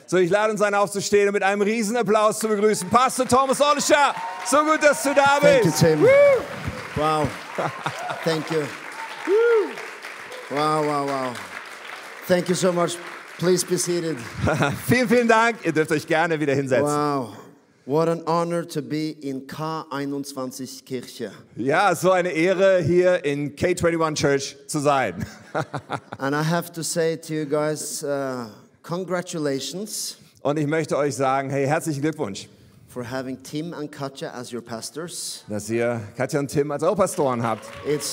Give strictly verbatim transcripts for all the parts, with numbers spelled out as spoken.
So, ich lade uns ein, aufzustehen und mit einem riesen Applaus zu begrüßen. Pastor Thomas Ollischer, so gut, dass du da Thank you, bist. Tim. Wow. Thank you. Wow, wow, wow. Thank you so much. Please be seated. Vielen, vielen Dank. Ihr dürft euch gerne wieder hinsetzen. Wow. What an honor to be in K einundzwanzig Kirche. Ja, so eine Ehre, hier in K einundzwanzig Church zu sein. And I have to say to you guys, uh, congratulations Und ich möchte euch sagen, hey, herzlichen Glückwunsch, for having Tim and Katja as your pastors. dass ihr Katja und Tim als auch Pastoren habt. It's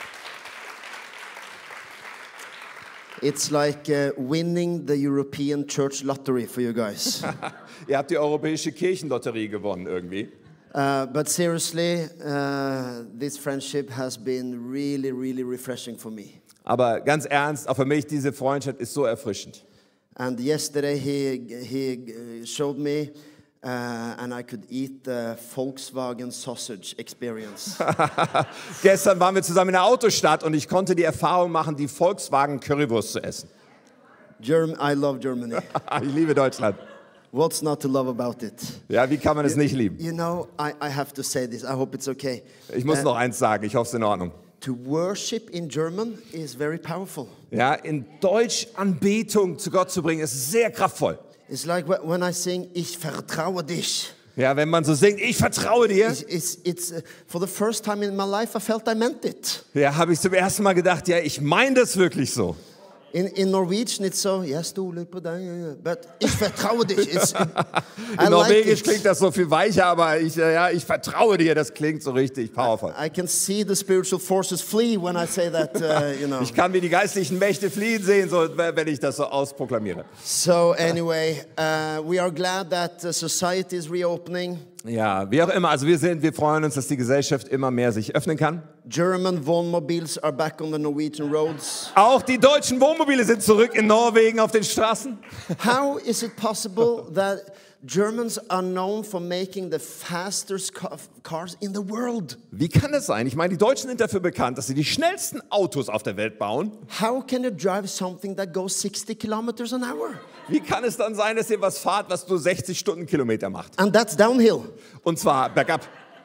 It's like uh, winning the European Church Lottery for you guys. Ihr habt die europäische Kirchenlotterie gewonnen irgendwie. Uh, but seriously, uh, this friendship has been really, really refreshing for me. Aber ganz ernst, auch für mich, diese Freundschaft ist so erfrischend. And yesterday he he showed me, uh, and I could eat the Volkswagen sausage experience. Gestern waren wir zusammen in der Autostadt und ich konnte die Erfahrung machen, die Volkswagen Currywurst zu essen. Germ- I love Germany. Ich liebe Deutschland. What's not to love about it? Ja, wie kann man es nicht lieben? You know, I, I have to say this. I hope it's okay. Ich muss Uh, noch eins sagen, ich hoffe, es ist in Ordnung. To worship in German is very powerful. Ja, in Deutsch Anbetung zu Gott zu bringen, ist sehr kraftvoll. It's like wh- when I sing, ich vertraue dich. Ja, wenn man so singt, ich vertraue dir, It's, it's, it's uh, for the first time in my life I felt I meant it. ja, habe ich zum ersten Mal gedacht, ja, ich meine das wirklich so. In, in Norwegian it's so, yes, du liebe dein, but ich vertraue dich. It's, I In like Norwegisch it. klingt das so viel weicher, aber ich, äh, ja, ich vertraue dir, das klingt so richtig powerful. I can see the spiritual forces flee when I say that, uh, you know. Ich kann mir die geistlichen Mächte fliehen sehen, so, wenn ich das so ausproklamiere. So anyway, uh, we are glad that uh, society is reopening. Ja, wie auch immer, also wir sind, wir freuen uns, dass die Gesellschaft immer mehr sich öffnen kann. German Wohnmobils are back on the Norwegian roads. Auch die deutschen Wohnmobile sind zurück in Norwegen auf den Straßen. How is it possible that Germans are known for making the fastest ca- cars in the world? Wie kann das sein? Ich meine, die Deutschen sind dafür bekannt, dass sie die schnellsten Autos auf der Welt bauen. How can you drive something that goes sixty kilometers an hour? Wie kann es dann sein, dass ihr was fahrt, was nur sechzig Stundenkilometer macht? And that's downhill. Und zwar bergab.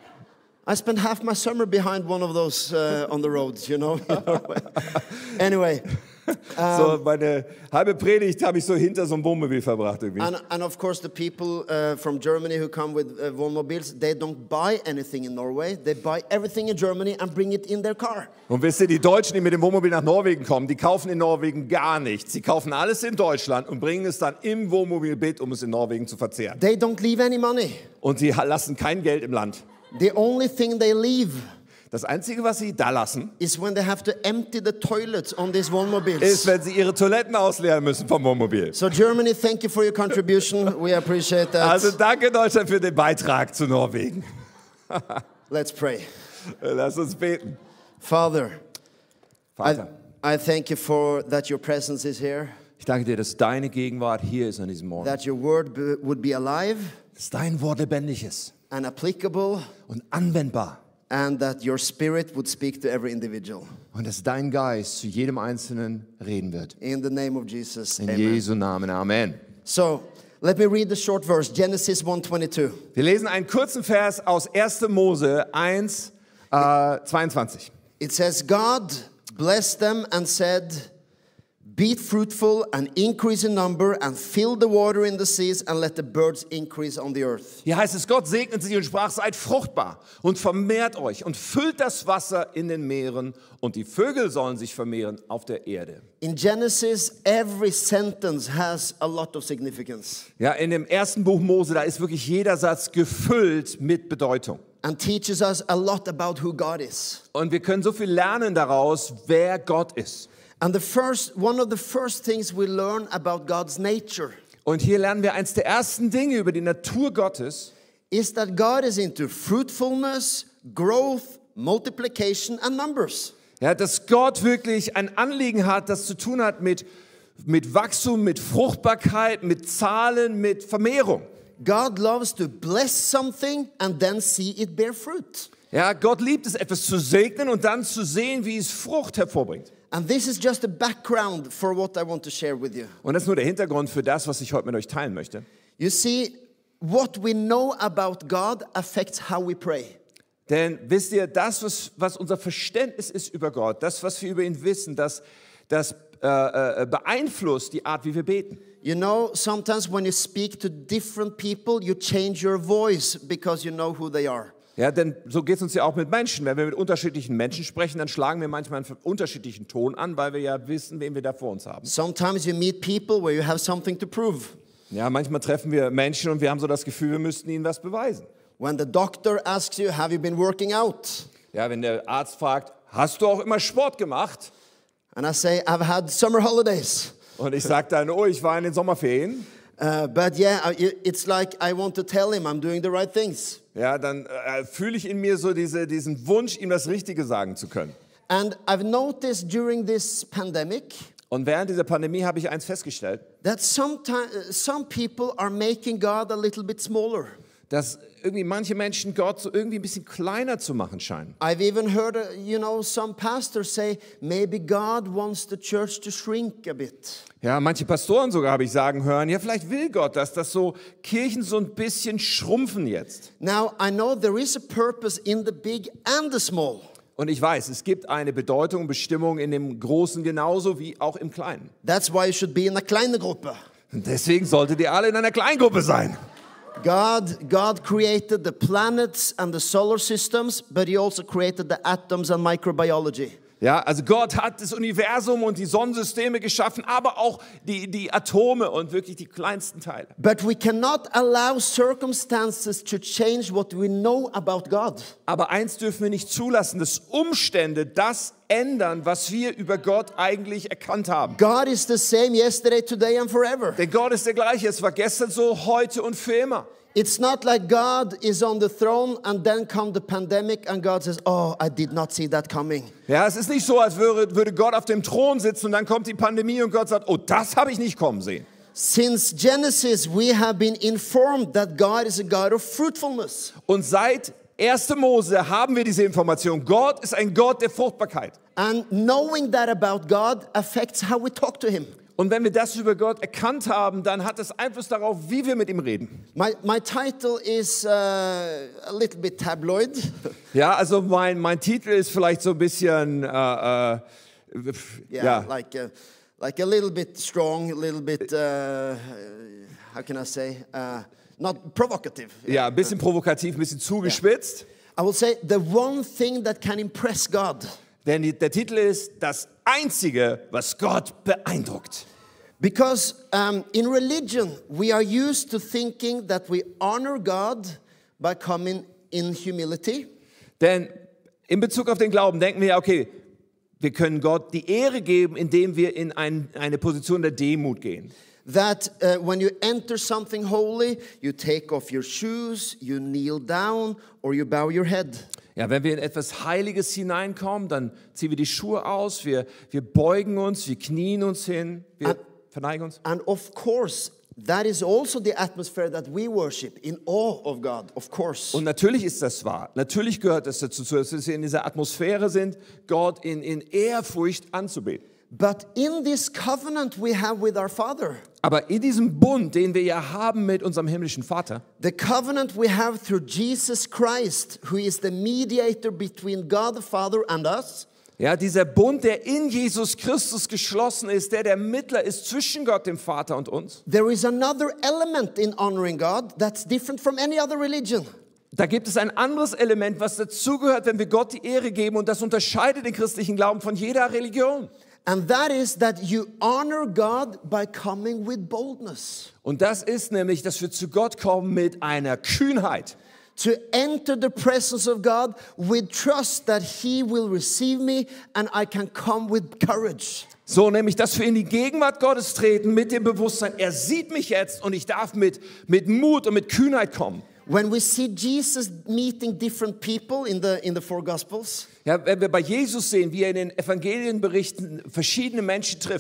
I spent half my summer behind one of those uh, on the roads, you know. Anyway, So meine halbe Predigt habe ich so hinter so einem Wohnmobil verbracht irgendwie. and, and of course the people uh, from Germany who come with uh, Wohnmobils, they don't buy anything in Norway. They buy everything in Germany and bring it in their car. Und wisst ihr, die Deutschen, die mit dem Wohnmobil nach Norwegen kommen, die kaufen in Norwegen gar nichts. Sie kaufen alles in Deutschland und bringen es dann im Wohnmobil mit, um es in Norwegen zu verzehren. They don't leave any money. Und sie lassen kein Geld im Land. The only thing they leave Das Einzige, was sie da lassen, is when they have to empty the toilets on these Wohnmobils. ist, wenn sie ihre Toiletten ausleeren müssen vom Wohnmobil. So Germany, thank you for your contribution. We appreciate that. Also danke Deutschland für den Beitrag zu Norwegen. Let's pray. Lass uns beten. Father, I, Vater, I thank you for that your presence is here, ich danke dir, dass deine Gegenwart hier ist an diesem Morgen. that your word be, would be alive Dass dein Wort lebendig ist and applicable, und anwendbar. and that your spirit would speak to every individual. Und dass dein Geist zu jedem Einzelnen reden wird. In the name of Jesus, In amen. Jesu Namen, Amen. So, let me read the short verse, Genesis one twenty-two. Wir lesen einen kurzen Vers aus erster Mose eins, äh, zweiundzwanzig. It says, God blessed them and said, be fruitful and increase in number and fill the water in the seas and let the birds increase on the earth. Hier heißt es, Gott segnete sie und sprach, seid fruchtbar und vermehrt euch und füllt das Wasser in den Meeren und die Vögel sollen sich vermehren auf der Erde. In Genesis, every sentence has a lot of significance Ja, in dem ersten Buch Mose, da ist wirklich jeder Satz gefüllt mit Bedeutung. and teaches us a lot about who God is. Und wir können so viel lernen daraus, wer Gott ist. And the first, one of the first things we learn about God's nature Und hier lernen wir eins der ersten Dinge über die Natur Gottes, is that God is into fruitfulness, growth, multiplication and numbers. ja, dass Gott wirklich ein Anliegen hat, das zu tun hat mit, mit Wachstum, mit Fruchtbarkeit, mit Zahlen, mit Vermehrung. God loves to bless something and then see it bear fruit. Ja, Gott liebt es, etwas zu segnen und dann zu sehen, wie es Frucht hervorbringt. And this is just a background for what I want to share with you. Und das ist nur der Hintergrund für das, was ich heute mit euch teilen möchte. You see, what we know about God affects how we pray. Denn wisst ihr, das, was, was unser Verständnis ist über Gott, das, was wir über ihn wissen, das, das äh, äh, beeinflusst die Art, wie wir beten. You know, sometimes when you speak to different people, you change your voice because you know who they are. Ja, denn so geht es uns ja auch mit Menschen. Wenn wir mit unterschiedlichen Menschen sprechen, dann schlagen wir manchmal einen unterschiedlichen Ton an, weil wir ja wissen, wen wir da vor uns haben. Sometimes you meet people where you have something to prove. Ja, manchmal treffen wir Menschen und wir haben so das Gefühl, wir müssten ihnen was beweisen. When the doctor asks you, have you been working out? Ja, wenn der Arzt fragt, hast du auch immer Sport gemacht? And I say, I've had summer holidays. Und ich sage dann, oh, ich war in den Sommerferien. Uh, but yeah, it's like I want to tell him I'm doing the right things. Ja, dann äh, fühle ich in mir so diese, diesen Wunsch, ihm das Richtige sagen zu können. And I've noticed during this pandemic Und während dieser Pandemie habe ich eins festgestellt, that sometimes some people are making God a little bit smaller. dass irgendwie manche Menschen Gott so irgendwie ein bisschen kleiner zu machen scheinen. I've even heard, uh, you know, some pastors say maybe God wants the church to shrink a bit. Ja, manche Pastoren sogar habe ich sagen hören, ja, vielleicht will Gott, dass das so Kirchen so ein bisschen schrumpfen jetzt. Now, I know there is a purpose in the big and the small. Und ich weiß, es gibt eine Bedeutung, Bestimmung in dem Großen genauso wie auch im Kleinen. That's why you should be in a kleine Gruppe. Und deswegen solltet ihr alle in einer Kleingruppe sein. God, God created the planets and the solar systems, but he also created the atoms and microbiology. Ja, also Gott hat das Universum und die Sonnensysteme geschaffen, aber auch die, die Atome und wirklich die kleinsten Teile. But we cannot allow circumstances to change what we know about God. Aber eins dürfen wir nicht zulassen, dass Umstände das ändern, was wir über Gott eigentlich erkannt haben. God is the same yesterday, today and forever. Denn Gott ist der gleiche, es war gestern so, heute und für immer. It's not like God is on the throne and then come the pandemic and God says, oh, I did not see that coming. Ja, es ist nicht so, als würde, würde Gott auf dem Thron sitzen und dann kommt die Pandemie und Gott sagt, oh, das habe ich nicht kommen sehen. Since Genesis, we have been informed that God is a God of fruitfulness. Und seit erster Mose haben wir diese Information. Gott ist ein Gott der Fruchtbarkeit. And knowing that about God affects how we talk to him. Und wenn wir das über Gott erkannt haben, dann hat es Einfluss darauf, wie wir mit ihm reden. My, my title is uh, a little bit tabloid. Ja, also mein, mein Titel ist vielleicht so ein bisschen, äh, äh, Yeah, ja, like a, like a little bit strong, a little bit, uh, how can I say, uh, not provocative. ja, ein bisschen provokativ, ein bisschen zugespitzt. I will say the one thing that can impress God. Denn die, der Titel ist das Einzige, was Gott beeindruckt. Because um, in religion, we are used to thinking that we honor God by coming in humility. Denn in Bezug auf den Glauben denken wir ja, okay, wir können Gott die Ehre geben, indem wir in ein, eine Position der Demut gehen. That uh, when you enter something holy, you take off your shoes, you kneel down, or you bow your head. Ja, wenn wir in etwas Heiliges hineinkommen, dann ziehen wir die Schuhe aus, wir, wir beugen uns, wir knien uns hin, wir And- verneigen uns. And of course, that is also the atmosphere that we worship, in awe of God, of course. Und natürlich ist das wahr. Natürlich gehört es dazu, dass wir in dieser Atmosphäre sind, Gott in, in Ehrfurcht anzubeten. But in this covenant we have with our Father, Aber in diesem Bund, den wir ja haben mit unserem himmlischen Vater, the covenant we have through Jesus Christ, who is the mediator between God the Father and us, ja, dieser Bund, der in Jesus Christus geschlossen ist, der der Mittler ist zwischen Gott, dem Vater und uns, there is another element in honoring God that's different from any other religion. da gibt es ein anderes Element, was dazugehört, wenn wir Gott die Ehre geben, und das unterscheidet den christlichen Glauben von jeder Religion. And that is that you honor God by coming with boldness. Und das ist nämlich, dass wir zu Gott kommen mit einer Kühnheit. To enter the presence of God with trust that He will receive me and I can come with courage. So, nämlich, dass wir in die Gegenwart Gottes treten mit dem Bewusstsein, er sieht mich jetzt und ich darf mit, mit Mut und mit Kühnheit kommen. When we see Jesus meeting different people in the, in the four Gospels, Ja, wenn wir bei Jesus sehen, wie er in den Evangelienberichten verschiedene Menschen trifft,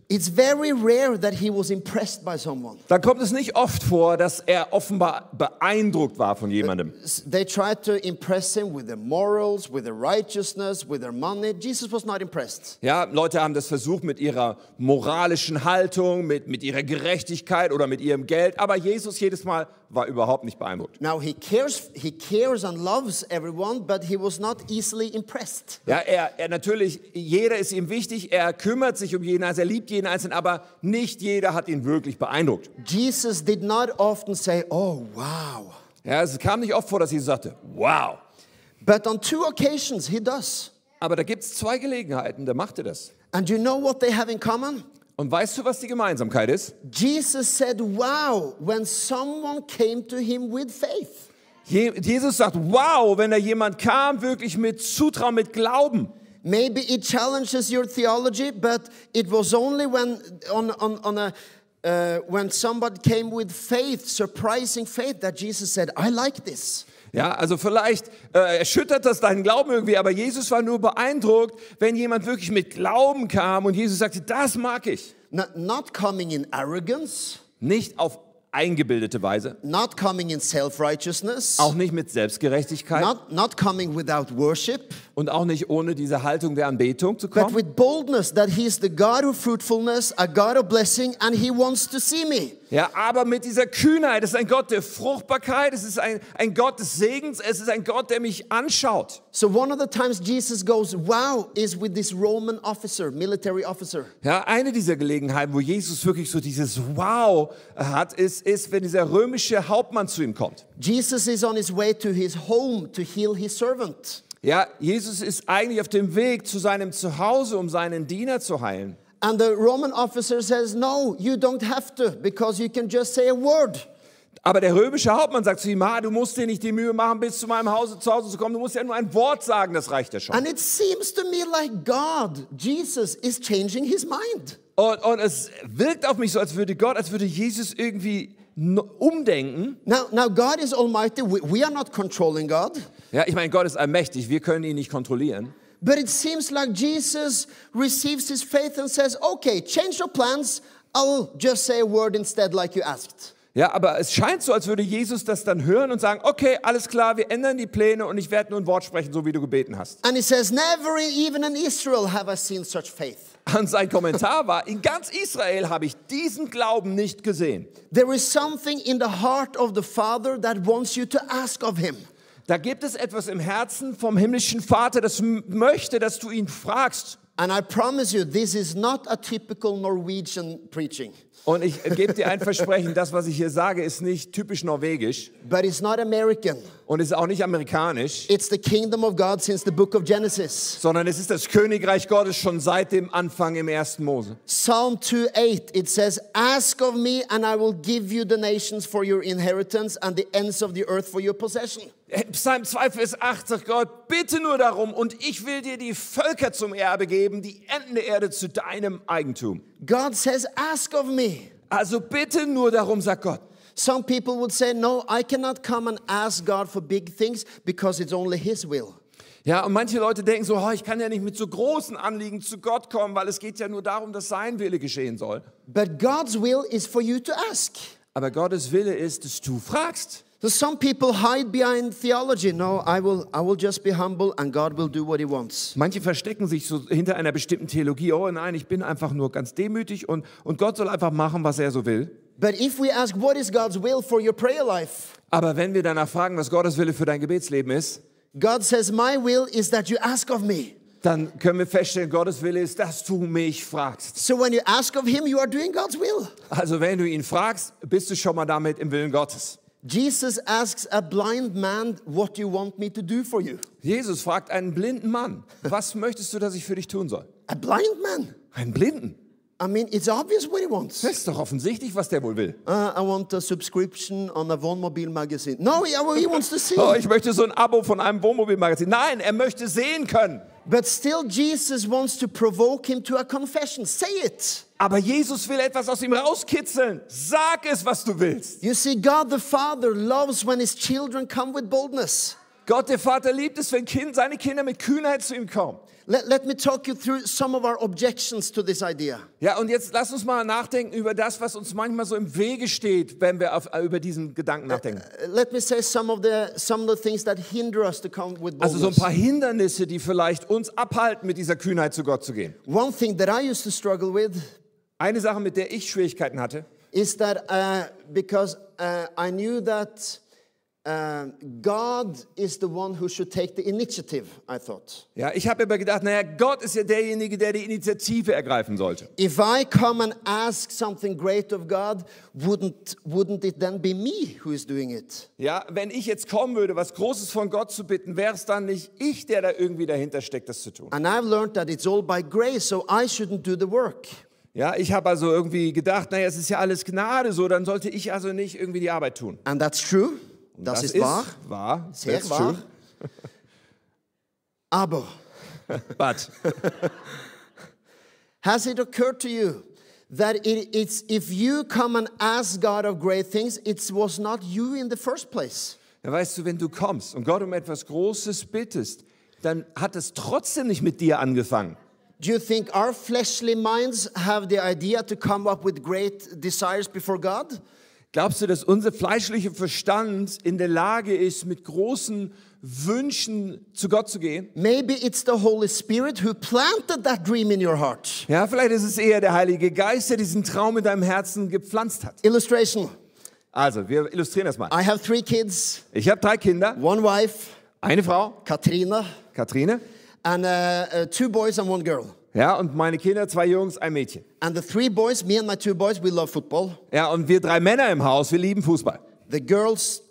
It's very rare that he was impressed by someone. dann kommt es nicht oft vor, dass er offenbar beeindruckt war von jemandem. They tried to impress him with their morals, with their righteousness, with their money. Jesus was not impressed. Ja, Leute haben das versucht mit ihrer moralischen Haltung, mit, mit ihrer Gerechtigkeit oder mit ihrem Geld, aber Jesus jedes Mal war überhaupt nicht beeindruckt. Now he cares, he cares and loves everyone, but he was not easily impressed. Ja, er, er natürlich, jeder ist ihm wichtig, er kümmert sich um jeden Einzelnen, er liebt jeden Einzelnen, aber nicht jeder hat ihn wirklich beeindruckt. Jesus did not often say, "Oh, wow." Ja, es kam nicht oft vor, dass Jesus sagte, wow. But on two occasions he does. Aber da gibt es zwei Gelegenheiten, da macht er das. And you know what they have in common? Und weißt du, was die Gemeinsamkeit ist? Jesus said, "Wow," when someone came to him with faith. Je, Jesus sagt, wow, wenn da jemand kam, wirklich mit Zutrauen, mit Glauben. Maybe it challenges your theology, but it was only when on on on a uh, when somebody came with faith, surprising faith, that Jesus said, "I like this." Ja, also vielleicht äh, erschüttert das deinen Glauben irgendwie, aber Jesus war nur beeindruckt, wenn jemand wirklich mit Glauben kam und Jesus sagte, das mag ich. Not, not coming in arrogance, Nicht auf eingebildete Weise, not coming in self-righteousness, auch nicht mit Selbstgerechtigkeit not not coming without worship, und auch nicht ohne diese Haltung der Anbetung zu but kommen. with boldness that he is the God of fruitfulness, a God of blessing, and he wants to see me. Ja, aber mit dieser Kühnheit, es ist ein Gott der Fruchtbarkeit, es ist ein, ein Gott des Segens, es ist ein Gott, der mich anschaut. So one of the times Jesus goes, "Wow," is with this Roman officer, military officer. Ja, eine dieser Gelegenheiten, wo Jesus wirklich so dieses Wow hat, ist, ist, wenn dieser römische Hauptmann zu ihm kommt. Jesus is on his way to his home to heal his servant. Ja, Jesus ist eigentlich auf dem Weg zu seinem Zuhause, um seinen Diener zu heilen. And the Roman officer says, "No, you don't have to, because you can just say a word." Aber der römische Hauptmann sagt zu ihm, ah, du musst dir nicht die Mühe machen, bis zu meinem Hause zu Hause zu kommen. Du musst ja nur ein Wort sagen, das reicht ja schon. And it seems to me like God, Jesus, is changing his mind. Und, und es wirkt auf mich so, als würde Gott, als würde Jesus irgendwie no- umdenken. Now, now God is almighty. We, we are not controlling God. Ja, ich meine, Gott ist allmächtig, wir können ihn nicht kontrollieren. But it seems like Jesus receives his faith and says, "Okay, change your plans. I'll just say a word instead like you asked." Ja, aber es scheint so, als würde Jesus das dann hören und sagen, okay, alles klar, wir ändern die Pläne und ich werde nur ein Wort sprechen, so wie du gebeten hast. And he says, "Never even in Israel have I seen such faith." Und sein Kommentar war, in ganz Israel habe ich diesen Glauben nicht gesehen. There is something in the heart of the Father that wants you to ask of him. Da gibt es etwas im Herzen vom himmlischen Vater, das m- möchte, dass du ihn fragst. And I promise you, this is not a typical Norwegian preaching, Und ich äh, gebe dir ein Versprechen, das, was ich hier sage, ist nicht typisch norwegisch but it's not American. und ist auch nicht amerikanisch, It's the kingdom of God since the book of Genesis. sondern es ist das Königreich Gottes schon seit dem Anfang im ersten Mose. Psalm two eight, it says, "Ask of me and I will give you the nations for your inheritance and the ends of the earth for your possession." Psalm zwei, Vers acht sagt Gott, bitte nur darum und ich will dir die Völker zum Erbe geben, die Enden der Erde zu deinem Eigentum. God says, "Ask of me." Also bitte nur darum, sagt Gott. Some people would say, "No, I cannot come and ask God for big things because it's only his will." Ja, und manche Leute denken so, oh, ich kann ja nicht mit so großen Anliegen zu Gott kommen, weil es geht ja nur darum, dass sein Wille geschehen soll. But God's will is for you to ask. Aber Gottes Wille ist, dass du fragst. So some people hide behind theology. No, I will I will just be humble and God will do what he wants. Manche verstecken sich so hinter einer bestimmten Theologie. Oh nein, ich bin einfach nur ganz demütig und, und Gott soll einfach machen, was er so will. But if we ask what is God's will for your prayer life, Aber wenn wir danach fragen, was Gottes Wille für dein Gebetsleben ist, God says, "My will is that you ask of me." dann können wir feststellen, Gottes Wille ist, dass du mich fragst. So when you ask of him, you are doing God's will. Also wenn du ihn fragst, bist du schon mal damit im Willen Gottes. Jesus asks a blind man, "What do you want me to do for you?" Jesus fragt einen blinden Mann, was möchtest du, dass ich für dich tun soll? A blind man. Einen Blinden? I mean, it's obvious what he wants. Das ist doch offensichtlich, was der wohl will. Uh, I want a subscription on a Wohnmobil magazine. No, he, he wants to see. Oh, ich möchte so ein Abo von einem Wohnmobilmagazin. Nein, er möchte sehen können. But still, Jesus wants to provoke him to a confession. Say it. Aber Jesus will etwas aus ihm rauskitzeln. Sag es, was du willst. You see, God the Father loves when his children come with boldness. Gott, der Vater, liebt es, wenn kind, seine Kinder mit Kühnheit zu ihm kommen. Let, let me talk you through some of our objections to this idea. Ja, und jetzt lass uns mal nachdenken über das, was uns manchmal so im Wege steht, wenn wir auf, über diesen Gedanken nachdenken. Uh, Let me say some of the some of the things that hinder us to come with boldness. Also so ein paar Hindernisse, die vielleicht uns abhalten, mit dieser Kühnheit zu Gott zu gehen. One thing that I used to struggle with Eine Sache, mit der ich Schwierigkeiten hatte, is that uh, because uh, I knew that uh, God is the one who should take the initiative, I thought. ja, ich habe immer gedacht, naja, Gott ist ja derjenige, der die Initiative ergreifen sollte. If I come and ask something great of God, wouldn't, wouldn't it then be me who is doing it? Ja, wenn ich jetzt kommen würde, was Großes von Gott zu bitten, wäre es dann nicht ich, der da irgendwie dahinter steckt, das zu tun. And I've learned that it's all by grace, so I shouldn't do the work. Ja, ich habe also irgendwie gedacht, naja, es ist ja alles Gnade, so, dann sollte ich also nicht irgendwie die Arbeit tun. And that's true. Und Das, ist wahr. wahr. Sehr That's wahr. true. Aber But, has it occurred to you that it, it's if you come and ask God of great things, it was not you in the first place? ja, weißt du, wenn du kommst und Gott um etwas Großes bittest, dann hat es trotzdem nicht mit dir angefangen. Do you think our fleshly minds have the idea to come up with great desires before God? Glaubst du, dass unser fleischlicher Verstand in der Lage ist, mit großen Wünschen zu Gott zu gehen? Maybe it's the Holy Spirit who planted that dream in your heart. Ja, vielleicht ist es eher der Heilige Geist, der diesen Traum in deinem Herzen gepflanzt hat. Illustration. Also, wir illustrieren das mal. I have three kids, Ich habe drei Kinder, one wife, eine Frau, Katrina, Katrine, and uh, uh, two boys and one girl. ja, und meine Kinder, zwei Jungs, ein Mädchen. And the three boys, me and my two boys, we love football. Ja, und wir drei Männer im Haus, wir lieben Fußball. The girls,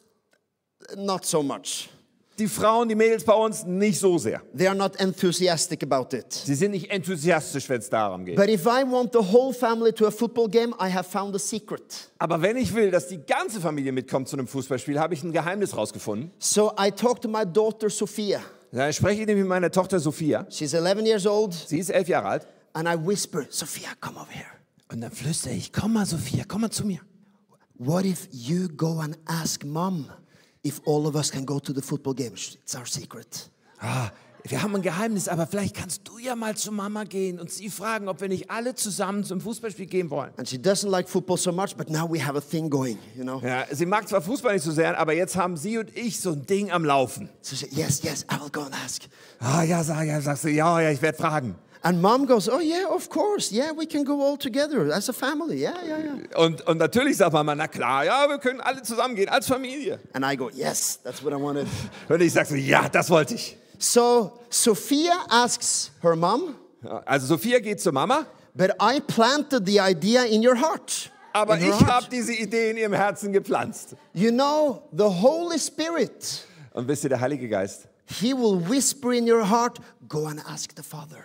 not so much. Die Frauen, die Mädels bei uns nicht so sehr. They are not enthusiastic about it. Sie sind nicht enthusiastisch, wenn es darum geht. But if I want the whole family to a football game, I have found a secret. Aber wenn ich will, dass die ganze Familie mitkommt zu einem Fußballspiel, habe ich ein Geheimnis rausgefunden. So I talked to my daughter Sophia. Da spreche ich nämlich mit meiner Tochter Sophia. She's eleven years old. Sie ist elf Jahre alt. And I whisper, Sophia, come over here. Und dann flüstere ich, komm mal Sophia, komm mal zu mir. What if you go and ask mom if all of us can go to the football game? It's our secret. Ah, wir haben ein Geheimnis, aber vielleicht kannst du ja mal zu Mama gehen und sie fragen, ob wir nicht alle zusammen zum Fußballspiel gehen wollen. And she doesn't like football so much, but now we have a thing going, you know. Ja, sie mag zwar Fußball nicht so sehr, aber jetzt haben sie und ich so ein Ding am Laufen. So she, yes, yes, I will go and ask. Ah ja, sag, ja, sagst du, ja, ja, ich werde fragen. And mom goes, oh yeah, of course. Yeah, we can go all together as a family. Yeah, yeah, yeah. Und, und natürlich sagt Mama, na klar, ja, wir können alle zusammen gehen, als Familie. And I go, yes, that's what I wanted. Und ich sag so, ja, das wollte ich. So Sophia asks her mom, Ja, also Sophia geht zur Mama, but I planted the idea in your heart. aber In her ich heart. habe diese Idee in ihrem Herzen gepflanzt. You know, the Holy Spirit, Und wisst ihr, der Heilige Geist, He will whisper in your heart, go and ask the Father.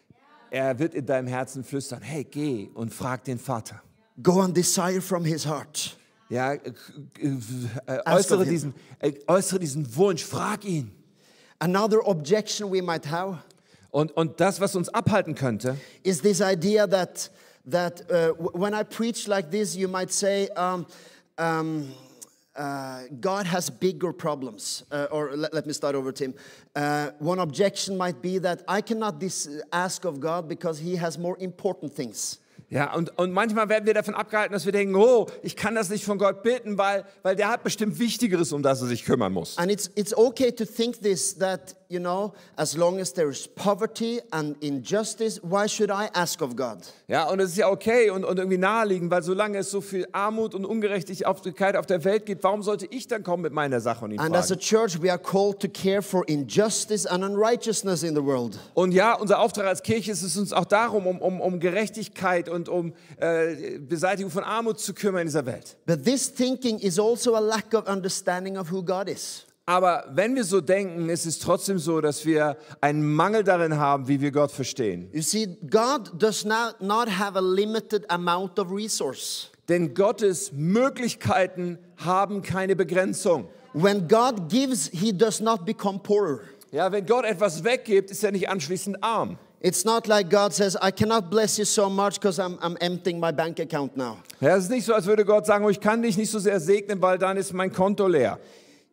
er wird in deinem Herzen flüstern, hey, geh und frag den Vater. Go and desire from His heart. Ja, äh, äh, äh, Ask äußere, of him. diesen, äh, äußere diesen Wunsch, frag ihn. Another objection we might have Und, und das, was uns abhalten könnte, is this idea that, that uh, w- when I preach like this, you might say, um, um, uh, God has bigger problems. Uh, or let, let me start over, Tim. Uh, one objection might be that I cannot dis- ask of God because He has more important things. ja, und, und manchmal werden wir davon abgehalten, dass wir denken, oh, ich kann das nicht von Gott bitten, weil, weil der hat bestimmt Wichtigeres, um das er sich kümmern muss. And it's, it's okay to think this, that, you know, as long as there is poverty and injustice, why should I ask of God? Ja, und es ist ja okay und, und irgendwie naheliegend, weil solange es so viel Armut und Ungerechtigkeit auf der Welt gibt, warum sollte ich dann kommen mit meiner Sache und ihn And as a fragen? church, we are called to care for injustice and unrighteousness in the world. Und ja, unser Auftrag als Kirche ist es uns auch darum, um, um, um Gerechtigkeit und um äh, Beseitigung von Armut zu kümmern in dieser Welt. But this thinking is also a lack of understanding of who God is. Aber wenn wir so denken, ist es trotzdem so, dass wir einen Mangel darin haben, wie wir Gott verstehen. You see, God does not, not have a limited amount of resource. Denn Gottes Möglichkeiten haben keine Begrenzung. When God gives, He does not become poorer. Ja, wenn Gott etwas weggibt, ist er nicht anschließend arm. It's not like God says, I cannot bless you so much because I'm, I'm emptying my bank account now. Ja, es ist nicht so, als würde Gott sagen, oh, ich kann dich nicht so sehr segnen, weil dann ist mein Konto leer.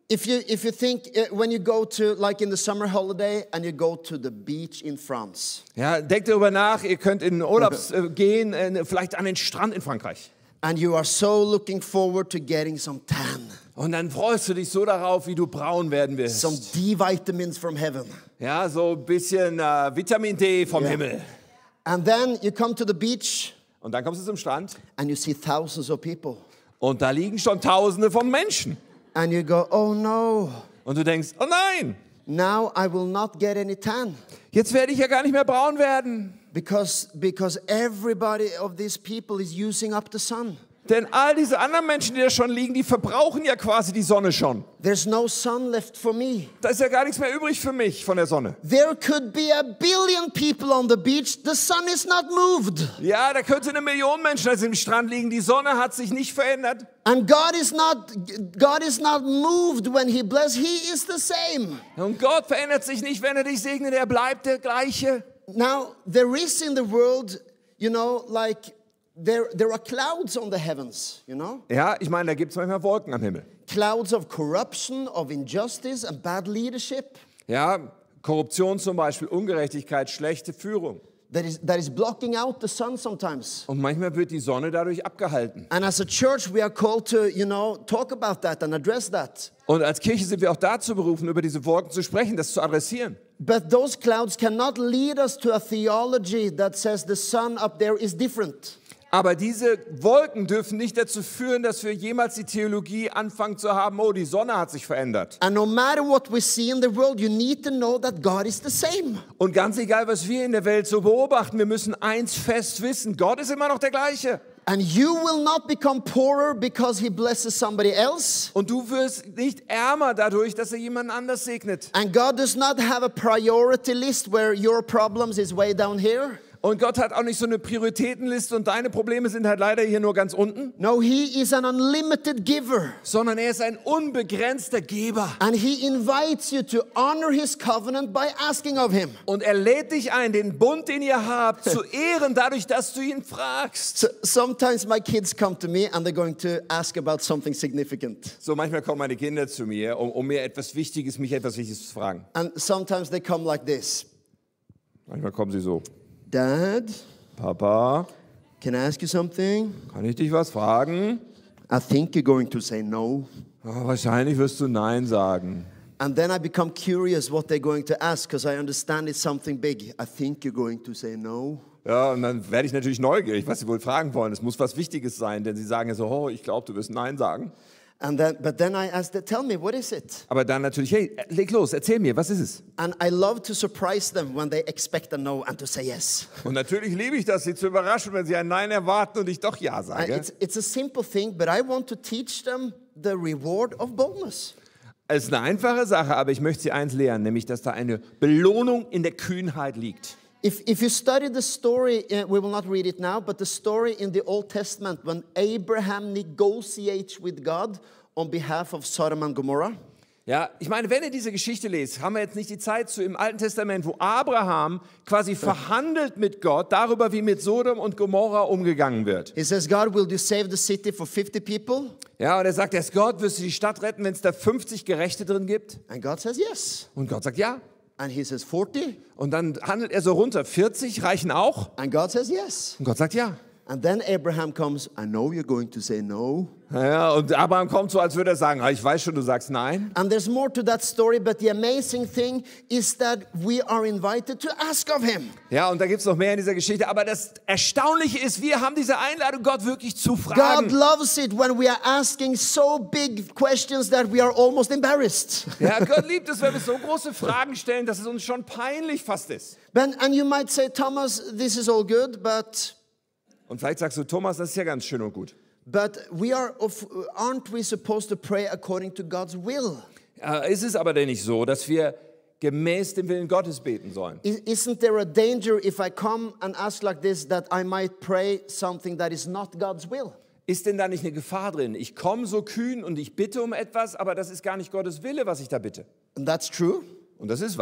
If you, if you think uh, when you go to, like in the summer holiday, and you go to the beach in France, Ja, denkt darüber nach, ihr könnt in den Urlaub äh, gehen, äh, vielleicht an den Strand in Frankreich. and you are so looking forward to getting some tan, Und dann freust du dich so darauf, wie du braun werden wirst. some D-vitamins from heaven. Ja, so ein bisschen äh, Vitamin D vom Ja. Himmel. And then you come to the beach, Und dann kommst du zum Strand and you see thousands of people. und da liegen schon Tausende von Menschen. And you go, oh no, Und du denkst, oh nein, now I will not get any tan. jetzt werde ich ja gar nicht mehr braun werden. Because, because everybody of these people is using up the sun. Denn all diese anderen Menschen, die da schon liegen, die verbrauchen ja quasi die Sonne schon. There's no sun left for me. Da ist ja gar nichts mehr übrig für mich von der Sonne. There could be a billion people on the beach. The sun is not moved. Ja, da könnte eine Million Menschen auf dem Strand liegen. Die Sonne hat sich nicht verändert. And God is not God is not moved when he bless. He is the same. Und Gott verändert sich nicht, wenn er dich segnet. Er bleibt der gleiche. Now, there is in the world, you know, like there there are clouds on the heavens, you know? Ja, ich meine, da gibt es manchmal Wolken am Himmel. Clouds of corruption, of injustice and bad leadership. Ja, Korruption zum Beispiel, Ungerechtigkeit, schlechte Führung. That is, that is blocking out the sun sometimes. Und manchmal wird die Sonne dadurch abgehalten. And as a church, we are called to, you know, talk about that and address that. Und als Kirche sind wir auch dazu berufen, über diese Wolken zu sprechen, das zu adressieren. But those clouds cannot lead us to a theology that says the sun up there is different. Aber diese Wolken dürfen nicht dazu führen, dass wir jemals die Theologie anfangen zu haben, oh, die Sonne hat sich verändert. And no matter what we see in the world, you need to know that God is the same. Und ganz egal, was wir in der Welt so beobachten, wir müssen eins fest wissen, Gott ist immer noch der gleiche. And you will not become poorer because he blesses somebody else. Und du wirst nicht ärmer dadurch, dass er jemanden anders segnet. And God does not have a priority list where your problems is way down here. Und Gott hat auch nicht so eine Prioritätenliste und deine Probleme sind halt leider hier nur ganz unten. No, he is an unlimited giver. Sondern er ist ein unbegrenzter Geber. And he invites you to honor his covenant by asking of him. Und er lädt dich ein, den Bund, den ihr habt, zu ehren, dadurch, dass du ihn fragst. So, sometimes my kids come to me and they're going to ask about something significant. So manchmal kommen meine Kinder zu mir, um, um mir etwas Wichtiges, mich etwas Wichtiges zu fragen. And sometimes they come like this. Manchmal kommen sie so. Dad, Papa, can I ask you something? kann ich dich was fragen? I think you're going to say no. Oh, wahrscheinlich wirst du Nein sagen. And then I become curious what they're going to ask because I understand it's something big. I think you're going to say no. Ja, und dann werde ich natürlich neugierig, was sie wohl fragen wollen. Es muss was Wichtiges sein, denn sie sagen ja so, oh, ich glaube, du wirst Nein sagen. And then, but then I ask them, tell me, what is it? Aber dann natürlich, hey, leg los, erzähl mir, was ist es? And I love to surprise them when they expect a no and to say yes. Und natürlich liebe ich das, sie zu überraschen, wenn sie ein Nein erwarten und ich doch Ja And sage. it's, it's a simple thing, but I want to teach them the reward of boldness. Es ist eine einfache Sache, aber ich möchte sie eins lehren, nämlich, dass da eine Belohnung in der Kühnheit liegt. If, if you study the story, uh, we will not read it now, but the story in the Old Testament when Abraham negotiates with God on behalf of Sodom and Gomorrah. Ja, ich meine, wenn ihr diese Geschichte lest, haben wir jetzt nicht die Zeit zu im Alten Testament, wo Abraham quasi verhandelt mit Gott darüber, wie mit Sodom und Gomorra umgegangen wird. He says, God, will you save the city for fifty people? Ja, und er sagt, erst Gott, wirst du die Stadt retten, wenn es da fünfzig Gerechte drin gibt? And God says, yes. Und Gott sagt, ja. And he says, forty? Und dann handelt er so runter, vierzig reichen auch? And God says, yes. Und Gott sagt, ja. And then Abraham comes, I know you're going to say no. Ja, und Abraham kommt so, als würde er sagen, ich weiß schon, du sagst nein. And there's more to that story, but the amazing thing is that we are invited to ask of him. Ja, und da gibt es noch mehr in dieser Geschichte. Aber das Erstaunliche ist, wir haben diese Einladung, Gott wirklich zu God fragen. loves it when we are asking so big questions that we are almost embarrassed. Ja, Gott liebt es, wenn wir so große Fragen stellen, dass es uns schon peinlich fast ist. But, and you might say, Thomas, this is all good, but Und vielleicht sagst du, Thomas, das ist ja ganz schön und gut. but we are of, aren't we supposed to pray according to God's will? Äh, ist es aber denn nicht so, dass wir gemäß dem Willen Gottes beten sollen? I- Isn't there a danger if I come and ask like this that I might pray something that is not God's will? Ist denn da nicht eine Gefahr drin? Ich komme so kühn und ich bitte um etwas, aber das ist gar nicht Gottes Wille, was ich da bitte. And that's true. Und das ist wahr.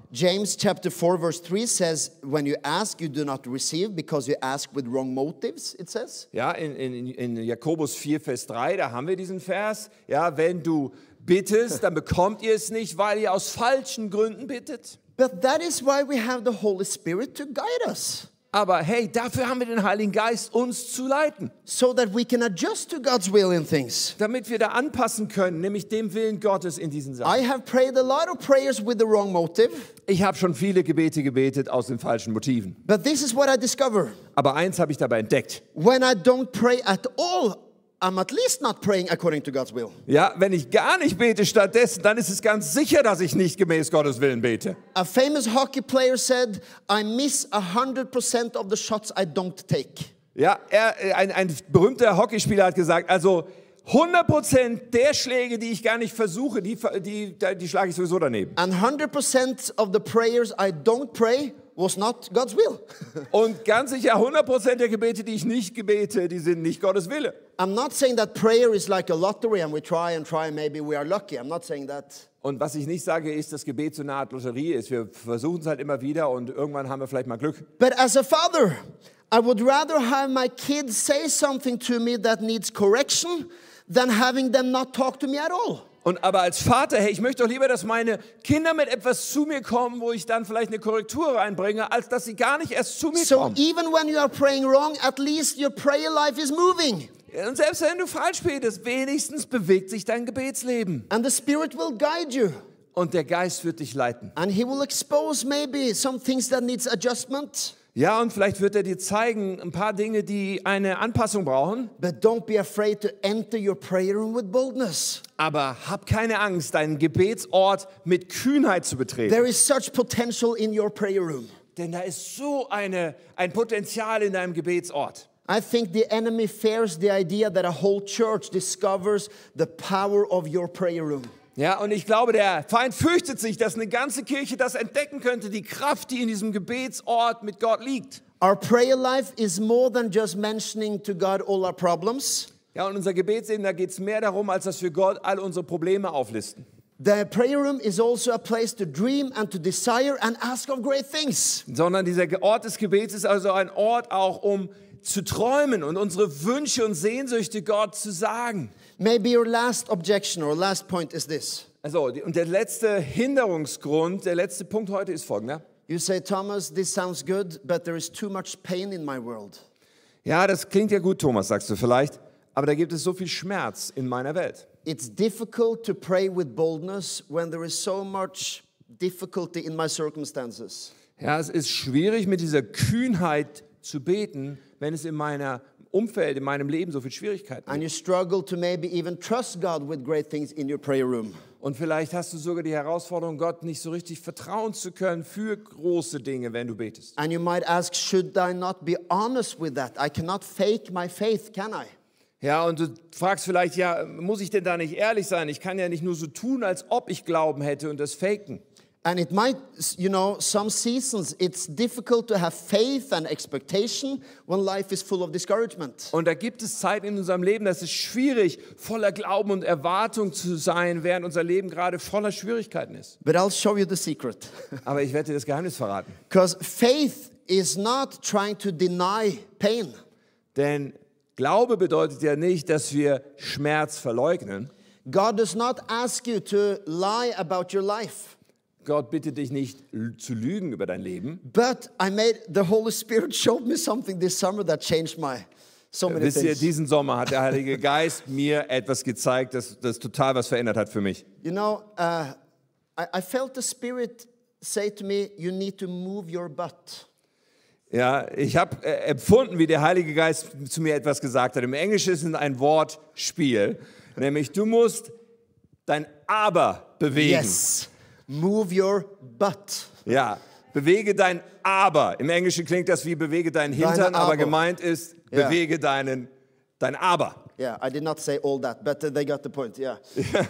James chapter four verse three says, when you ask, you do not receive because you ask with wrong motives, it says. Ja, in, in, in Jakobus vier, Vers drei, da haben wir diesen Vers. Ja, wenn du bittest, dann bekommt ihr es nicht, weil ihr aus falschen Gründen bittet. But that is why we have the Holy Spirit to guide us. Aber hey, dafür haben wir den Heiligen Geist, uns zu leiten. So that we can adjust to God's will in things. Damit wir da anpassen können, nämlich dem Willen Gottes in diesen Sachen. I have prayed a lot of prayers with the wrong motive. Ich habe schon viele Gebete gebetet aus den falschen Motiven. But this is what I discover. Aber eins habe ich dabei entdeckt. When I don't pray at all, I'm at least not praying according to God's will. Ja, wenn ich gar nicht bete stattdessen, dann ist es ganz sicher, dass ich nicht gemäß Gottes Willen bete. A famous hockey player said, I miss one hundred percent of the shots I don't take. Ja, er, ein, ein berühmter Hockeyspieler hat gesagt, also hundert Prozent der Schläge, die ich gar nicht versuche, die, die, die schlage ich sowieso daneben. And one hundred percent of the prayers I don't pray was not God's will. Und ganz sicher, hundert Prozent der Gebete, die ich nicht gebete, die sind nicht Gottes Wille. I'm not saying that prayer is like a lottery and we try and try and maybe we are lucky. I'm not saying that. Und was ich nicht sage, ist, dass Gebet so eine Art Lotterie ist. Wir versuchen es halt immer wieder und irgendwann haben wir vielleicht mal Glück. But as a father, I would rather have my kids say something to me that needs correction than having them not talk to me at all. Und aber als Vater, hey, ich möchte doch lieber, dass meine Kinder mit etwas zu mir kommen, wo ich dann vielleicht eine Korrektur reinbringe, als dass sie gar nicht erst zu mir So kommen. even when you are praying wrong, at least your prayer life is moving. Und selbst wenn du falsch betest, wenigstens bewegt sich dein Gebetsleben. And the Spirit will guide you. Und der Geist wird dich leiten. And He will expose maybe some things that needs adjustment. Ja, und vielleicht wird er dir zeigen, ein paar Dinge, die eine Anpassung brauchen. But don't be afraid to enter your prayer room with boldness. Aber hab keine Angst, deinen Gebetsort mit Kühnheit zu betreten. There is such potential in your prayer room. Denn da ist so eine, ein Potenzial in deinem Gebetsort. I think the enemy fears the idea that a whole church discovers the power of your prayer room. Ja, und ich glaube, der Feind fürchtet sich, dass eine ganze Kirche das entdecken könnte, die Kraft, die in diesem Gebetsort mit Gott liegt. Our prayer life is more than just mentioning to God all our problems. Ja, und unser Gebetsleben, da geht es mehr darum, als dass wir Gott all unsere Probleme auflisten. The prayer room is also a place to dream and to desire and ask of great things. Sondern dieser Ort des Gebets ist also ein Ort auch, um zu träumen und unsere Wünsche und Sehnsüchte Gott zu sagen. Maybe your last objection or last point is this. Also, und der letzte Hinderungsgrund, der letzte Punkt heute ist folgender. You say, Thomas, this sounds good, but there is too much pain in my world. Ja, das klingt ja gut, Thomas, sagst du vielleicht, aber da gibt es so viel Schmerz in meiner Welt. It's difficult to pray with boldness when there is so much difficulty in my circumstances. Ja, es ist schwierig, mit dieser Kühnheit zu beten, wenn es in meiner Umfeld, in meinem Leben so viel Schwierigkeiten And gibt. you struggle to maybe even trust God with great things in your prayer room. Und vielleicht hast du sogar die Herausforderung, Gott nicht so richtig vertrauen zu können für große Dinge, wenn du betest. And you might ask, should I not be honest with that? I cannot fake my faith, can I? Ja, und du fragst vielleicht, ja, muss ich denn da nicht ehrlich sein? Ich kann ja nicht nur so tun, als ob ich Glauben hätte und das faken. And it might, you know, some seasons it's difficult to have faith and expectation when life is full of discouragement. Und da gibt es Zeiten in unserem Leben, das ist schwierig, voller Glauben und Erwartung zu sein, während unser Leben gerade voller Schwierigkeiten ist. But I'll show you the secret. Aber ich werde dir das Geheimnis verraten. Because faith is not trying to deny pain. Denn Glaube bedeutet ja nicht, dass wir Schmerz verleugnen. God does not ask you to lie about your life. Gott bittet dich nicht zu lügen über dein Leben. But I made, the Holy Spirit showed me something this summer that changed my, so many Wisst ihr, things. diesen Sommer hat der Heilige Geist mir etwas gezeigt, das, das total was verändert hat für mich. You know, uh, I, I felt the Spirit say to me, you need to move your butt. Ja, ich habe äh, empfunden, wie der Heilige Geist zu mir etwas gesagt hat. Im Englischen ist es ein Wortspiel, nämlich du musst dein Aber bewegen. Yes, move your butt. Ja, bewege dein Aber. Im Englischen klingt das wie bewege deinen Hintern, Dein aber Aber. gemeint ist Ja. bewege deinen, dein Aber. Yeah, I did not say all that, but uh, they got the point, yeah.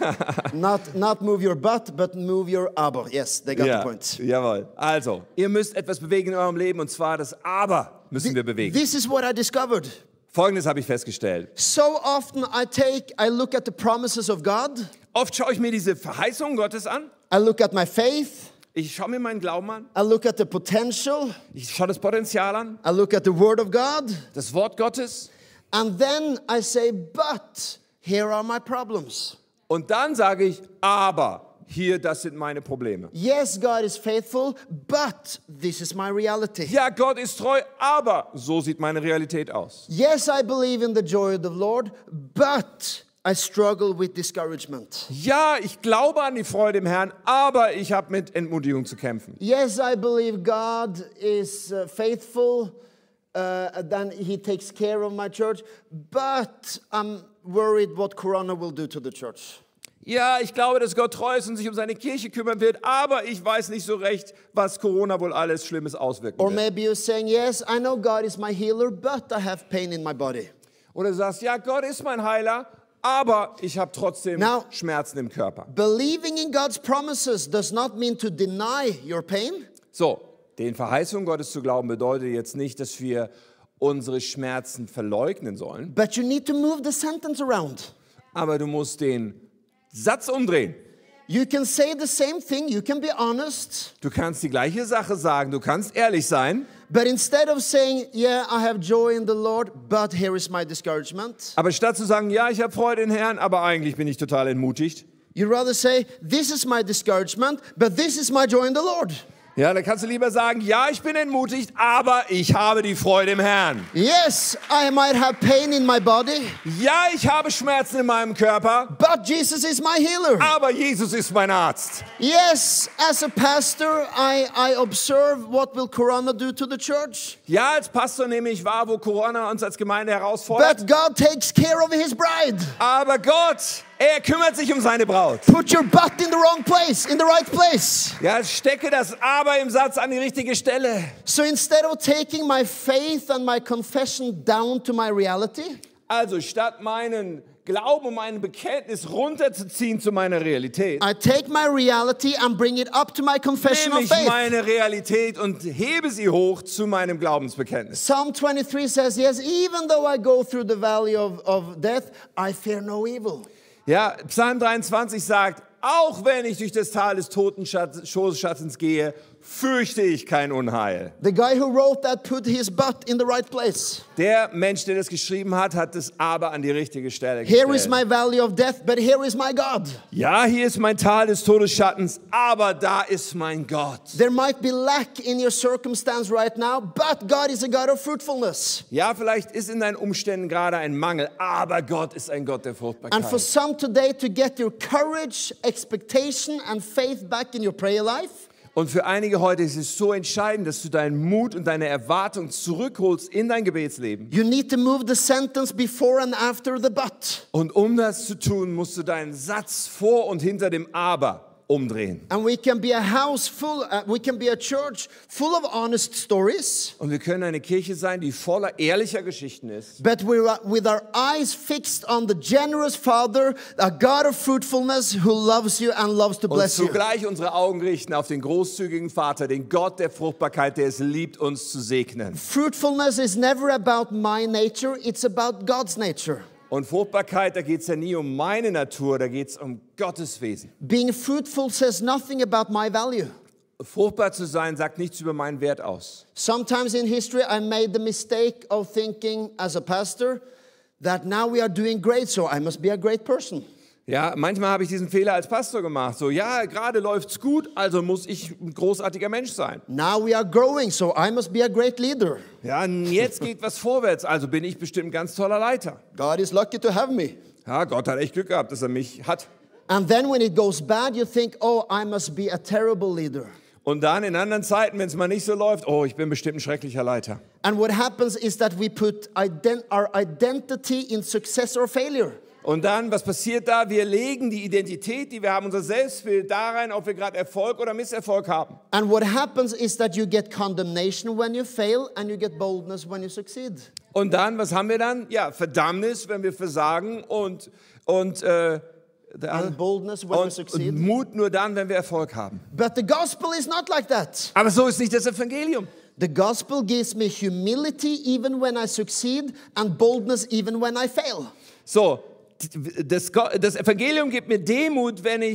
not, not move your butt, but move your aber. Yes, they got Ja, the point. jawohl. Also, ihr müsst etwas bewegen in eurem Leben und zwar das Aber müssen wir bewegen. This is what I discovered. Folgendes habe ich festgestellt. So often I take, I look at the promises of God, Oft schaue ich mir diese Verheißungen Gottes an I look at my faith, Ich schaue mir meinen Glauben an. I look at the potential. Ich schaue das Potenzial an. I look at the Word of God. Das Wort Gottes. And then I say, but here are my problems. Und dann sage ich, aber hier, das sind meine Probleme. Yes, God is faithful, but this is my reality. Ja, Gott ist treu, aber so sieht meine Realität aus. Yes, I believe in the joy of the Lord, but I struggle with discouragement. Ja, ich glaube an die Freude im Herrn, aber ich habe mit Entmutigung zu kämpfen. Yes, I believe God is uh, faithful, uh, then He takes care of my church, but I'm worried what Corona will do to the church. Ja, ich glaube, dass Gott treu ist und sich um seine Kirche kümmern wird, aber ich weiß nicht so recht, was Corona wohl alles Schlimmes auswirken Or wird. maybe you're saying, yes, I know God is my healer, but I have pain in my body. Oder du sagst, ja, Gott ist mein Heiler, aber ich habe trotzdem Now- Schmerzen im Körper. Believing in God's promises does not mean to deny your pain. So, den Verheißungen Gottes zu glauben bedeutet jetzt nicht, dass wir unsere Schmerzen verleugnen sollen, But you need to move the sentence around. aber du musst den Satz umdrehen. You can say the same thing, you can be honest, Du kannst die gleiche Sache sagen, du kannst ehrlich sein, but instead of saying, yeah, I have joy in the Lord, but here is my discouragement, aber statt zu sagen, ja, ich habe Freude im Herrn, aber eigentlich bin ich total entmutigt, you rather say, this is my discouragement, but this is my joy in the Lord. ja, dann kannst du lieber sagen, ja, ich bin entmutigt, aber ich habe die Freude im Herrn. Yes, I might have pain in my body, Ja, ich habe Schmerzen in meinem Körper, but Jesus is my healer. aber Jesus ist mein Arzt. Yes, as a pastor, I, I observe what will Corona do to the church. Ja, als Pastor nehme ich wahr, wo Corona uns als Gemeinde herausfordert, But God takes care of his bride. aber Gott, er kümmert sich um seine Braut. Put your butt in the wrong place, in the right place. Ja, stecke das Aber im Satz an die richtige Stelle. So instead of taking my faith and my confession down to my reality, Also statt meinen Glauben und mein Bekenntnis runterzuziehen zu meiner Realität, I take my reality and bring it up to my confession nehme of ich faith. meine Realität und hebe sie hoch zu meinem Glaubensbekenntnis. Psalm twenty-three says, yes, even though I go through the valley of, of death, I fear no evil. Ja, Psalm dreiundzwanzig sagt, auch wenn ich durch das Tal des Totenschattens gehe, fürchte ich kein Unheil. The guy who wrote that put his butt in the right place. Der Mensch, der das geschrieben hat, hat das Aber an die richtige Stelle Here is gestellt. my valley of death, but here is my God. Ja, hier ist mein Tal des Todesschattens, aber da ist mein Gott. There might be lack in your circumstance right now, but God is a God of fruitfulness. Ja, vielleicht ist in deinen Umständen gerade ein Mangel, aber Gott ist ein Gott der And for Fruchtbarkeit. some today to get your courage, expectation and faith back in your prayer life, Und für einige heute ist es so entscheidend, dass du deinen Mut und deine Erwartung zurückholst in dein Gebetsleben. you need to move the sentence before and after the but. Und um das zu tun, musst du deinen Satz vor und hinter dem Aber umdrehen. And we can be a house full, uh, we can be a church full of honest stories, Und wir können eine Kirche sein, die voller ehrlicher Geschichten ist. but we're uh, with our eyes fixed on the generous Father, a God of fruitfulness who loves you and loves to Und bless you. zugleich unsere Augen richten auf den großzügigen Vater, den Gott der Fruchtbarkeit, der es liebt, uns zu segnen. Fruitfulness is never about my nature, it's about God's nature. Und Fruchtbarkeit, da geht es ja nie um meine Natur, da geht es um Gottes Wesen. Being fruitful says nothing about my value. Fruchtbar zu sein, sagt nichts über meinen Wert aus. Sometimes in history, I made the mistake of thinking as a pastor that now we are doing great, so I must be a great person. Ja, manchmal habe ich diesen Fehler als Pastor gemacht. So, ja, gerade läuft's gut, also muss ich ein großartiger Mensch sein. Now we are growing, so I must be a great leader. Ja, jetzt geht was vorwärts, also bin ich bestimmt ein ganz toller Leiter. God is lucky to have me. Ja, Gott hat echt Glück gehabt, dass er mich hat. And then when it goes bad, you think, oh, I must be a terrible leader. Und dann in anderen Zeiten, wenn es mal nicht so läuft, oh, ich bin bestimmt ein schrecklicher Leiter. And what happens is that we put ident- our identity in success or failure. Und dann, was passiert da? Wir legen die Identität, die wir haben, unser Selbstbild da rein, ob wir gerade Erfolg oder Misserfolg haben. And what happens is that you get condemnation when you fail and you get boldness when you succeed. Und dann, was haben wir dann? Ja, Verdammnis, wenn wir versagen und, und, äh, And boldness when we und, succeed. und Mut nur dann, wenn wir Erfolg haben. But the gospel is not like that. Aber so ist nicht das Evangelium. The gospel gives me humility even when I succeed and boldness even when I fail. So, das, Go- das Evangelium gibt mir Demut, wenn ich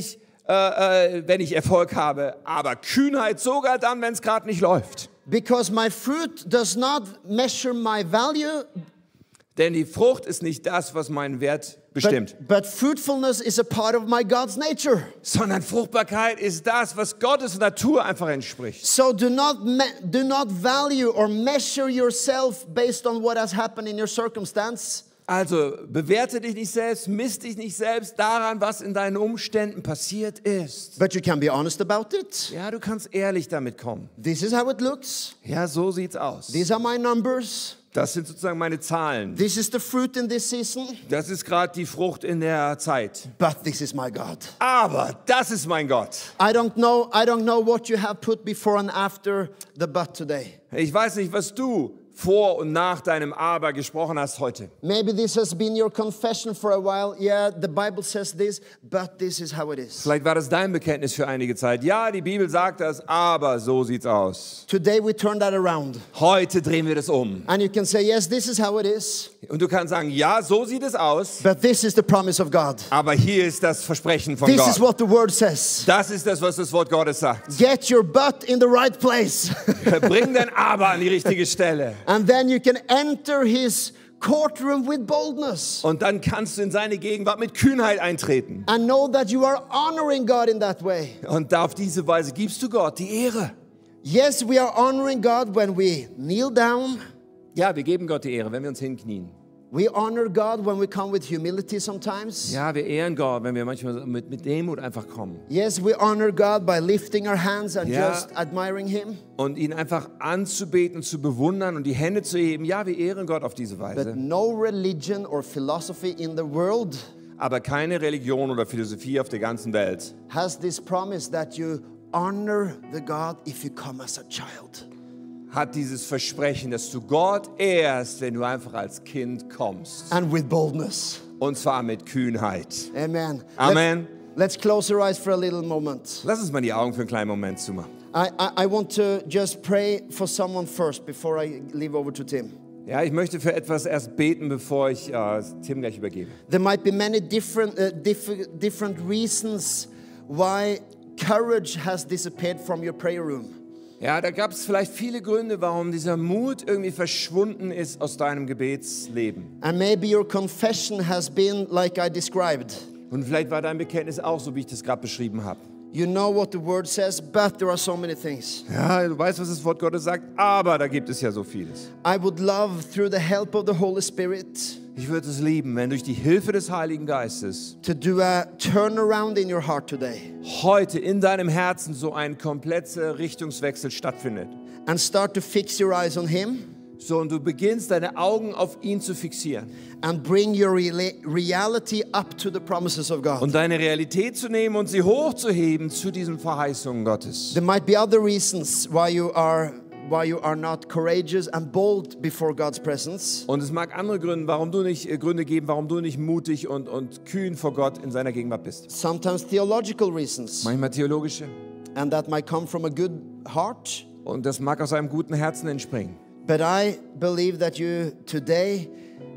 äh, äh, wenn ich Erfolg habe, aber Kühnheit sogar dann, wenn es gerade nicht läuft. Because my fruit does not measure my value, Denn die Frucht ist nicht das, was meinen Wert bestimmt, but, but fruitfulness is a part of my God's nature. sondern Fruchtbarkeit ist das, was Gottes Natur einfach entspricht. So do not me- do not value or measure yourself based on what has happened in your circumstance. Also bewerte dich nicht selbst, misst dich nicht selbst daran, was in deinen Umständen passiert ist. But you can be honest about it. Ja, du kannst ehrlich damit kommen. This is how it looks. Ja, so sieht's aus. These are my numbers. Das sind sozusagen meine Zahlen. This is the fruit in this season. Das ist gerade die Frucht in der Zeit. But this is my God. Aber das ist mein Gott. I don't know, I don't know what you have put before and after the but today. Ich weiß nicht, was du vor und nach deinem Aber gesprochen hast heute. Maybe this has been your confession for a while. Yeah, the Bible says this, but this is how it is. Vielleicht war das dein Bekenntnis für einige Zeit. Ja, die Bibel sagt das, aber so sieht's aus. Today we turn that around. Heute drehen wir das um. And you can say, yes, this is how it is, Und du kannst sagen, ja, so sieht es aus, but this is the promise of God. aber hier ist das Versprechen von This is Gott. what the word says. Das ist das, was das Wort Gottes sagt. Get your butt in the right place. Bring dein Aber an die richtige Stelle. And then you can enter his courtroom with boldness. Und dann kannst du in seine Gegenwart mit Kühnheit eintreten. And know that you are honoring God in that way. Und auf diese Weise gibst du Gott die Ehre. Yes, we are honoring God when we kneel down. Ja, wir geben Gott die Ehre, wenn wir uns hinknien. We honor God when we come with humility sometimes. Ja, wir ehren Gott, wenn wir manchmal mit, mit Demut einfach kommen. Yes, we honor God by lifting our hands and Ja. just admiring him. Und ihn einfach anzubeten, zu bewundern und die Hände zu heben. Ja, wir ehren Gott auf diese But Weise. no religion or philosophy in the world Aber keine Religion oder Philosophie auf der ganzen Welt has this promise that you honor the God if you come as a child. hat dieses Versprechen, dass du Gott ehrst, wenn du einfach als Kind kommst. And with boldness. Und zwar mit Kühnheit. Amen. Amen. Let's, let's close our eyes for a little moment. Lass uns mal die Augen für einen kleinen Moment zumachen. I, I, I want to just pray for someone first before I leave over to Tim. Ja, ich möchte für etwas erst beten, bevor ich äh, Tim gleich übergebe. There might be many different, uh, diff different reasons why courage has disappeared from your prayer room. Ja, da gab es vielleicht viele Gründe, warum dieser Mut irgendwie verschwunden ist aus deinem Gebetsleben. And maybe your confession has been like I described. Und vielleicht war dein Bekenntnis auch so, wie ich das gerade beschrieben habe. You know what the word says, but there are so many things. Ja, du weißt, was das Wort Gottes sagt, aber da gibt es ja so vieles. I would love, through the help of the Holy Spirit, Ich würde es lieben, wenn durch die Hilfe des Heiligen Geistes to do a turnaround in your heart today heute in deinem Herzen so ein kompletter Richtungswechsel stattfindet. and start to fix your eyes on Him So, und du beginnst, deine Augen auf ihn zu fixieren and bring your rela- reality up to the promises of God. und deine Realität zu nehmen und sie hochzuheben zu diesen Verheißungen Gottes. There might be other reasons why you are why you are not courageous and bold before God's presence. Und es mag andere Gründe, warum du nicht, äh, Gründe geben, warum du nicht mutig und, und kühn vor Gott in seiner Gegenwart bist. Sometimes theological reasons, Manchmal theologische. and that might come from a good heart. Und das mag aus einem guten Herzen entspringen. But I believe that you today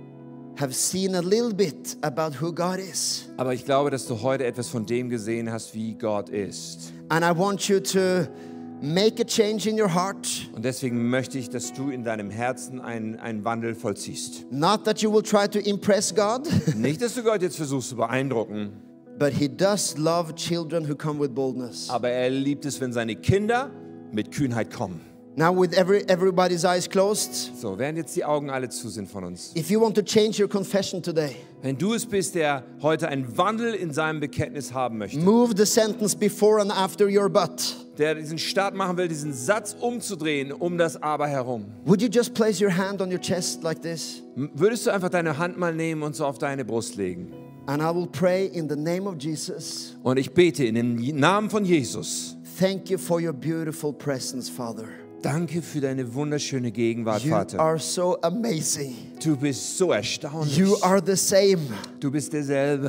have seen a little bit about who God is. Aber ich glaube, dass du heute etwas von dem gesehen hast, wie Gott ist. And I want you to make a change in your heart. Und deswegen möchte ich, dass du in deinem Herzen einen, einen Wandel vollziehst. Not that you will try to impress God, Nicht, dass du Gott jetzt versuchst zu beeindrucken, but He does love children who come with boldness. aber er liebt es, wenn seine Kinder mit Kühnheit kommen. Now, with every, everybody's eyes closed, So, während jetzt die Augen alle zu sind von uns. if you want to change your confession today, Wenn du es bist, der heute einen Wandel in seinem Bekenntnis haben möchte, move the sentence before and after your but. der diesen Start machen will, diesen Satz umzudrehen um das Aber herum, Would you just place your hand on your chest like this? m- würdest du einfach deine Hand mal nehmen und so auf deine Brust legen. And I will pray in the name of Jesus. Und ich bete in dem Namen von Jesus. Thank you for your beautiful presence, Father. Danke für deine wunderschöne Gegenwart, You Vater. are so amazing. Du bist so erstaunlich. You are the same. Du bist derselbe.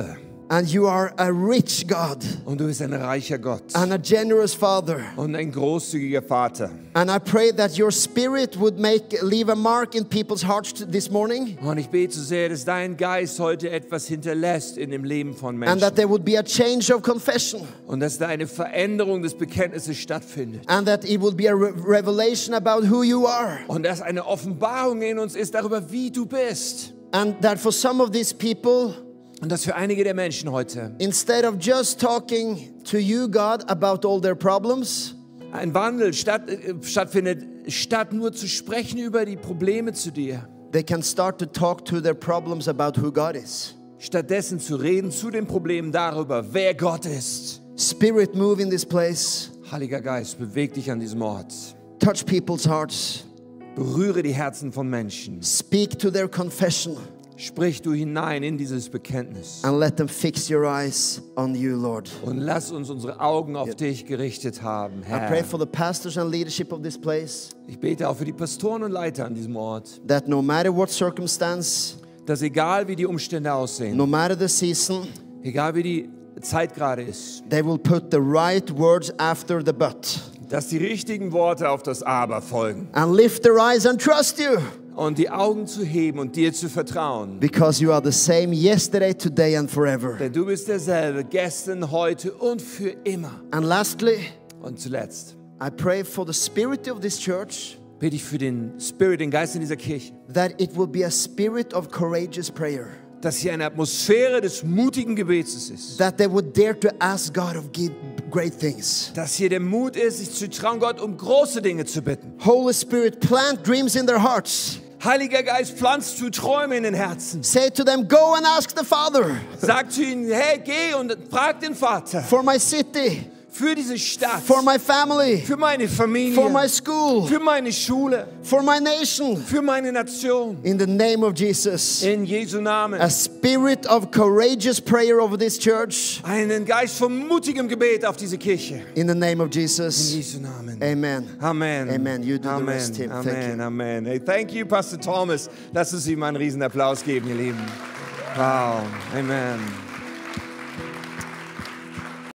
And you are a rich God. Und du bist ein reicher Gott. And a generous Father. Und ein großzügiger Vater. And I pray that your Spirit would make leave a mark in people's hearts this morning. Und ich bete so sehr, dass dein Geist heute etwas hinterlässt in dem Leben von Menschen. And that there would be a change of confession. Und dass da eine Veränderung des Bekenntnisses stattfindet. And that it will be a re revelation about who you are. Und dass eine Offenbarung in uns ist darüber, wie du bist. And that for some of these people, und dass für einige der Menschen heute, instead of just talking to you, God, about all their problems, ein Wandel statt, äh, stattfindet, statt nur zu sprechen über die Probleme zu dir, they can start to talk to their problems about who God is. Stattdessen zu reden zu den Problemen darüber, wer Gott ist. Spirit, move in this place. Heiliger Geist, beweg dich an diesem Ort. Touch people's hearts. Berühre die Herzen von Menschen. Speak to their confession. Sprich du hinein in dieses Bekenntnis. And let them fix your eyes on you, Lord. Und lass uns unsere Augen auf dich gerichtet haben, I pray Herr. for the pastors and leadership of this place, Ich bete auch für die Pastoren und Leiter an diesem Ort, that no matter what circumstance, dass egal wie die Umstände aussehen, no matter the season, egal wie die Zeit gerade ist, they will put the right words after the but. dass die richtigen Worte auf das Aber folgen. And lift their eyes and trust you. Und die Augen zu heben und dir zu vertrauen. Because you are the same yesterday, today and forever. Denn du bist derselbe, gestern, heute und für immer. And lastly, Und zuletzt I pray for the spirit of this church, bete ich für den Spirit, den Geist in dieser Kirche, that it will be a spirit of courageous prayer. dass hier eine Atmosphäre des mutigen Gebetes ist. That they would dare to ask God of give great things. Dass hier der Mut ist, sich zu trauen, Gott um große Dinge zu bitten. Holy Spirit, plant dreams in their hearts. Heiliger Geist, pflanzt du Träume in den Herzen. Say to them, go and ask the Father Sag zu ihnen, hey, geh und frag den Vater for my city, für diese Stadt, for my family, für meine Familie, for my school, für meine Schule, for my nation. für meine Nation. In the name of Jesus. In Jesu Namen. A spirit of courageous prayer over this church. Einen Geist von mutigem Gebet auf diese Kirche. In the name of In Jesus. Jesu Namen. Amen. Amen. Amen. You do the Amen. rest, Tim. Thank Amen. you. Amen. Hey, thank you, Pastor Thomas. Lass uns ihm einen riesen Applaus geben, ihr Lieben. Wow. Amen.